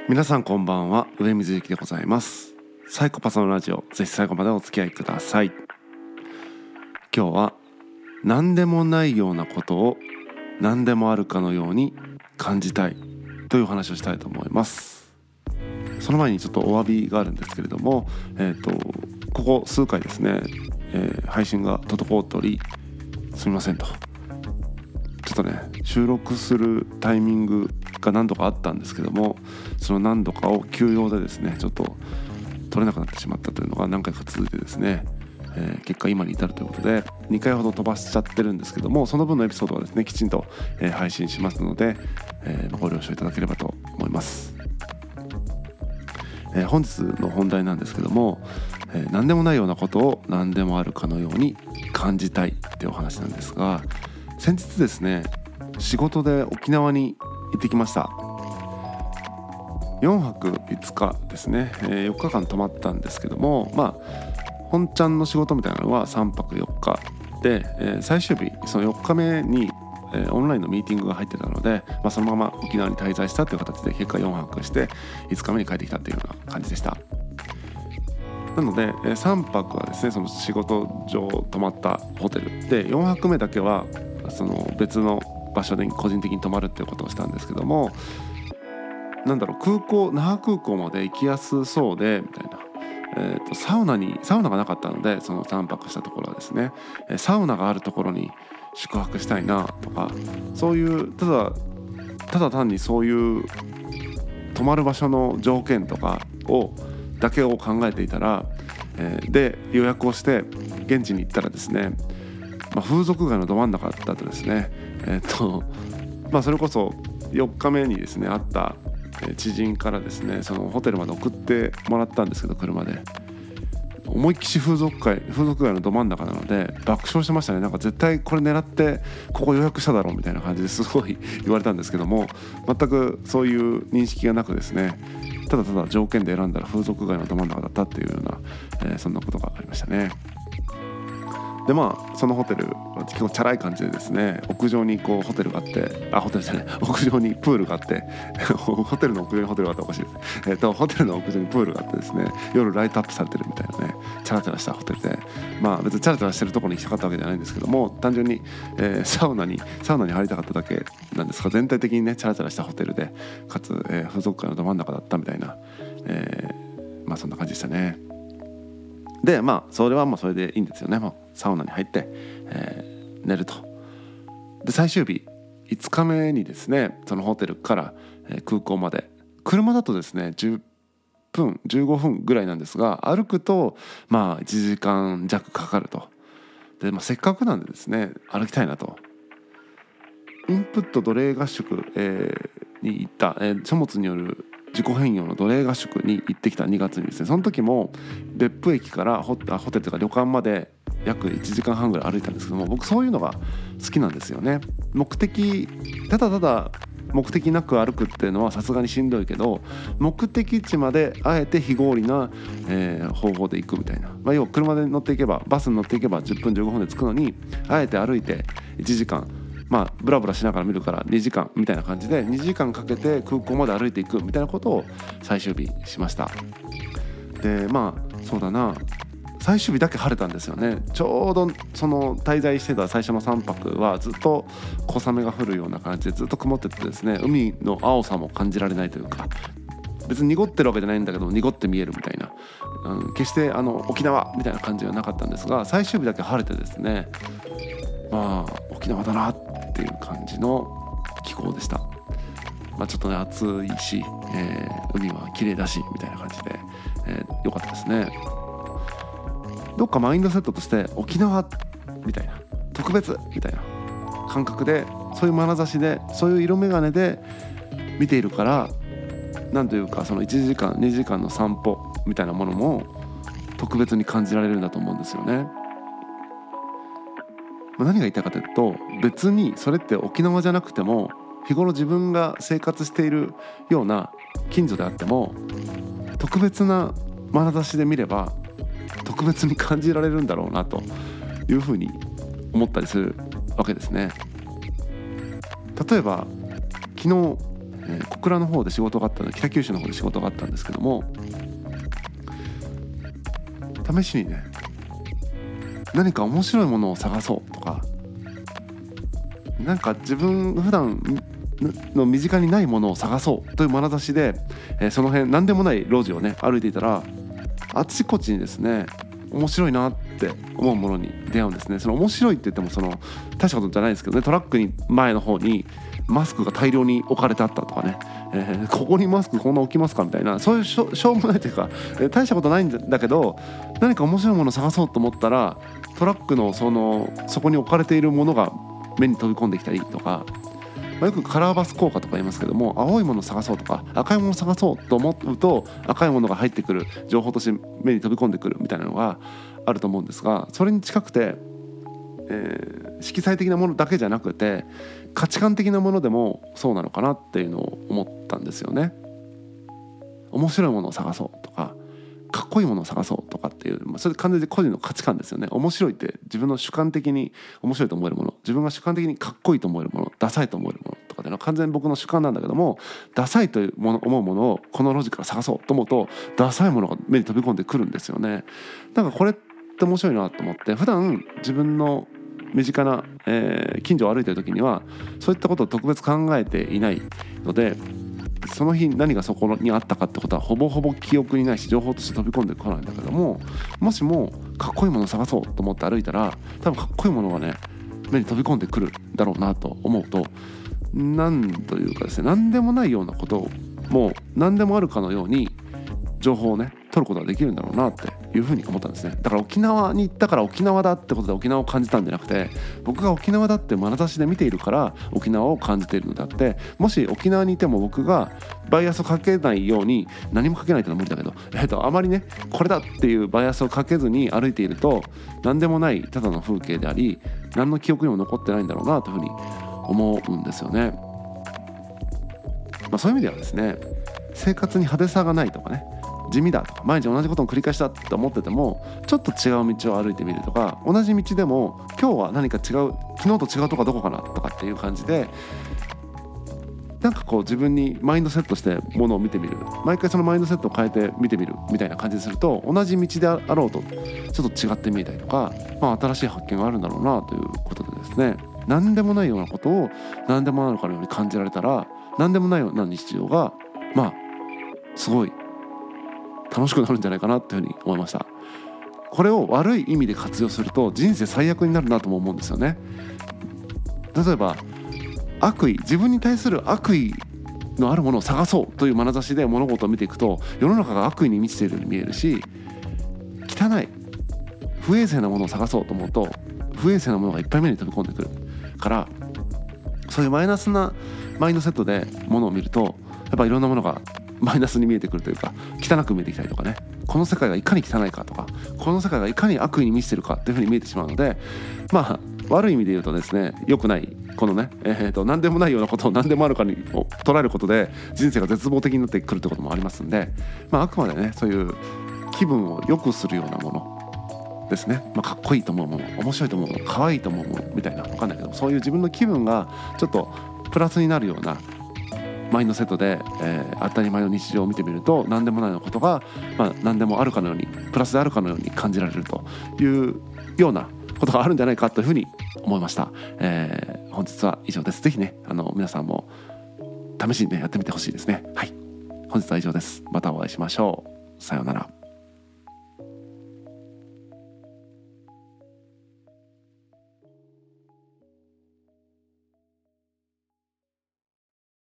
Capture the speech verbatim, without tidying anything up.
皆さんこんばんは、上水幸でございます。サイコパスのラジオ、ぜひ最後までお付き合いください。今日は何でもないようなことを何でもあるかのように感じたいという話をしたいと思います。その前にちょっとお詫びがあるんですけれども、えーと、ここ数回ですね、えー、配信が滞っておりすみませんと。ちょっとね、収録するタイミングが何度かあったんですけども、その何度かを休養でですねちょっと撮れなくなってしまったというのが何回か続いてですね、えー、結果今に至るということでにかいほど飛ばしちゃってるんですけども、その分のエピソードはですねきちんと、えー、配信しますので、えー、ご了承いただければと思います。えー、本日の本題なんですけども、えー、何でもないようなことを何でもあるかのように感じたいっていうお話なんですが、先日ですね仕事で沖縄に行ってきました。よんはくいつかですね、えー、よっかかん泊まったんですけども、まあ本ちゃんの仕事みたいなのはさんぱくよっかで、えー、最終日そのよっかめに、えー、オンラインのミーティングが入ってたので、まあ、そのまま沖縄に滞在したという形で結果よんはくしていつかめに帰ってきたというような感じでした。なので、えー、さんぱくはですねその仕事上泊まったホテルで、よんはくめだけはその別の場所で個人的に泊まるっていうことをしたんですけども、なんだろう、空港那覇空港まで行きやすそうでみたいな、えーと、サウナにサウナがなかったので、そのさんぱくしたところはですね、サウナがあるところに宿泊したいなとか、そういうただただ単にそういう泊まる場所の条件とかをだけを考えていたら、えー、で予約をして現地に行ったらですね、まあ、風俗街のど真ん中だとですね、えーとまあ、それこそよっかめにですね会った知人からですねそのホテルまで送ってもらったんですけど、車で思いっきし風俗街風俗街のど真ん中なので爆笑してましたね。なんか絶対これ狙ってここ予約しただろうみたいな感じですごい言われたんですけども、全くそういう認識がなくですね、ただただ条件で選んだら風俗街のど真ん中だったっていうような、えー、そんなことがありましたね。でまあそのホテルは結構チャラい感じでですね、屋上にこうホテルがあって、あホテルじゃない屋上にプールがあってホテルの屋上にホテルがあっておかしいです、えー、とホテルの屋上にプールがあってですね、夜ライトアップされてるみたいなね、チャラチャラしたホテルで、まあ別にチャラチャラしてるところに行きたかったわけじゃないんですけども、単純に、えー、サウナにサウナに入りたかっただけなんですが、全体的にねチャラチャラしたホテルで、かつ、えー、風俗街のど真ん中だったみたいな、えー、まあそんな感じでしたね。でまあそれはまあそれでいいんですよね。もうサウナに入って、えー、寝ると。で最終日いつかめにですね、そのホテルから、えー、空港まで車だとですねじゅっぷんじゅうごふんぐらいなんですが、歩くとまあいちじかんじゃくかかると。で、まあ、せっかくなんでですね歩きたいなと。インプット奴隷合宿、えー、に行った、えー、書物による自己変容の奴隷合宿に行ってきたにがつにですね、その時も別府駅からホテルというか旅館まで約いちじかんはんぐらい歩いたんですけども、僕そういうのが好きなんですよね。目的ただただ目的なく歩くっていうのはさすがにしんどいけど、目的地まであえて非合理な、えー、方法で行くみたいな、まあ、要は車で乗っていけばバスに乗っていけばじゅっぷんじゅうごふんで着くのに、あえて歩いていちじかん、まあブラブラしながら見るからにじかんみたいな感じでにじかんかけて空港まで歩いていくみたいなことを最終日しました。でまあそうだな、最終日だけ晴れたんですよね。ちょうどその滞在してた最初のさんぱくはずっと小雨が降るような感じでずっと曇っててですね、海の青さも感じられないというか、別に濁ってるわけじゃないんだけど濁って見えるみたいな、うん、決してあの沖縄みたいな感じはなかったんですが、最終日だけ晴れてですね、まあ沖縄だなっていう感じの気候でした。まあ、ちょっとね暑いし、えー、海は綺麗だしみたいな感じで、えー、良かったですね。どっかマインドセットとして沖縄みたいな特別みたいな感覚で、そういう眼差しでそういう色眼鏡で見ているから、なんというかそのいちじかんにじかんの散歩みたいなものも特別に感じられるんだと思うんですよね。何が言いたいかというと、別にそれって沖縄じゃなくても日頃自分が生活しているような近所であっても、特別な眼差しで見れば特別に感じられるんだろうなというふうに思ったりするわけですね。例えば昨日、 えー、小倉の方で仕事があったので、北九州の方で仕事があったんですけども、試しにね何か面白いものを探そうとか、なんか自分普段の身近にないものを探そうという眼差しで、えー、その辺何でもない路地をね歩いていたら、あちこちにですね面白いなって思うものに出会うんですね。その面白いって言ってもその大したことじゃないですけどね、トラックに前の方にマスクが大量に置かれてあったとかね、えー、ここにマスクこんな置きますかみたいな、そういうしょ、しょうもないというか、えー、大したことないんだけど、何か面白いものを探そうと思ったらトラックのそのそこに置かれているものが目に飛び込んできたりとか、まあ、よくカラーバス効果とか言いますけども、青いものを探そうとか赤いものを探そうと思うと赤いものが入ってくる情報として目に飛び込んでくるみたいなのがあると思うんですが、それに近くて、えー、色彩的なものだけじゃなくて価値観的なものでもそうなのかなっていうのを思ったんですよね。面白いものを探そうとかかっこいいものを探そうとかっていう、まあ、それ完全に個人の価値観ですよね。面白いって自分の主観的に面白いと思えるもの、自分が主観的にかっこいいと思えるもの、ダサいと思えるものとかっていうのは完全に僕の主観なんだけども、ダサいというもの思うものをこの路地から探そうと思うとダサいものが目に飛び込んでくるんですよね。だからこれって面白いなと思って、普段自分の身近な、えー、近所を歩いている時にはそういったことを特別考えていないので、その日何がそこにあったかってことはほぼほぼ記憶にないし情報として飛び込んでこないんだけども、もしもかっこいいものを探そうと思って歩いたら多分かっこいいものがね目に飛び込んでくるだろうなと思うと、なんというかですね、何でもないようなことをもう何でもあるかのように情報をね取ることができるんだろうなっていうふうに思ったんですね。だから沖縄に行ったから沖縄だってことで沖縄を感じたんじゃなくて、僕が沖縄だって眼差しで見ているから沖縄を感じているのであって、もし沖縄にいても僕がバイアスをかけないように、何もかけないというのは無理だけど、えっと、あまりねこれだっていうバイアスをかけずに歩いていると何でもないただの風景であり、何の記憶にも残ってないんだろうなというふうに思うんですよね。まあ、そういう意味ではですね、生活に派手さがないとかね、地味だとか毎日同じことを繰り返したって思っててもちょっと違う道を歩いてみるとか、同じ道でも今日は何か違う、昨日と違うとこどこかなとかっていう感じで、なんかこう自分にマインドセットしてものを見てみる、毎回そのマインドセットを変えて見てみるみたいな感じにすると、同じ道であろうとちょっと違って見えたりとか、まあ、新しい発見があるんだろうなということでですね、何でもないようなことを何でもあるかのように感じられたら、何でもないような日常がまあすごい楽しくなるんじゃないかなというふうに思いました。これを悪い意味で活用すると人生最悪になるなとも思うんですよね。例えば悪意、自分に対する悪意のあるものを探そうという眼差しで物事を見ていくと、世の中が悪意に満ちているように見えるし、汚い不衛生なものを探そうと思うと不衛生なものがいっぱい目に飛び込んでくるから、そういうマイナスなマインドセットでものを見るとやっぱいろんなものがマイナスに見えてくるというか、汚く見えてきたりとかね、この世界がいかに汚いかとか、この世界がいかに悪意に満ちてるかっていうふうに見えてしまうので、まあ悪い意味で言うとですね、良くないこのね、えー、と何でもないようなことを何でもあるかに捉えることで人生が絶望的になってくるってこともありますんで、まあ、あくまでねそういう気分を良くするようなものですね、まあ、かっこいいと思うもの、面白いと思うもの、可愛いと思うものみたいな、分かんないけど、そういう自分の気分がちょっとプラスになるようなマインドセットで、えー、当たり前の日常を見てみると、何でもないようなことが、まあ、何でもあるかのように、プラスであるかのように感じられるというようなことがあるんじゃないかというふうに思いました。えー、本日は以上です。ぜひね、あの皆さんも試しにねやってみてほしいですね。はい、本日は以上です。またお会いしましょう。さようなら。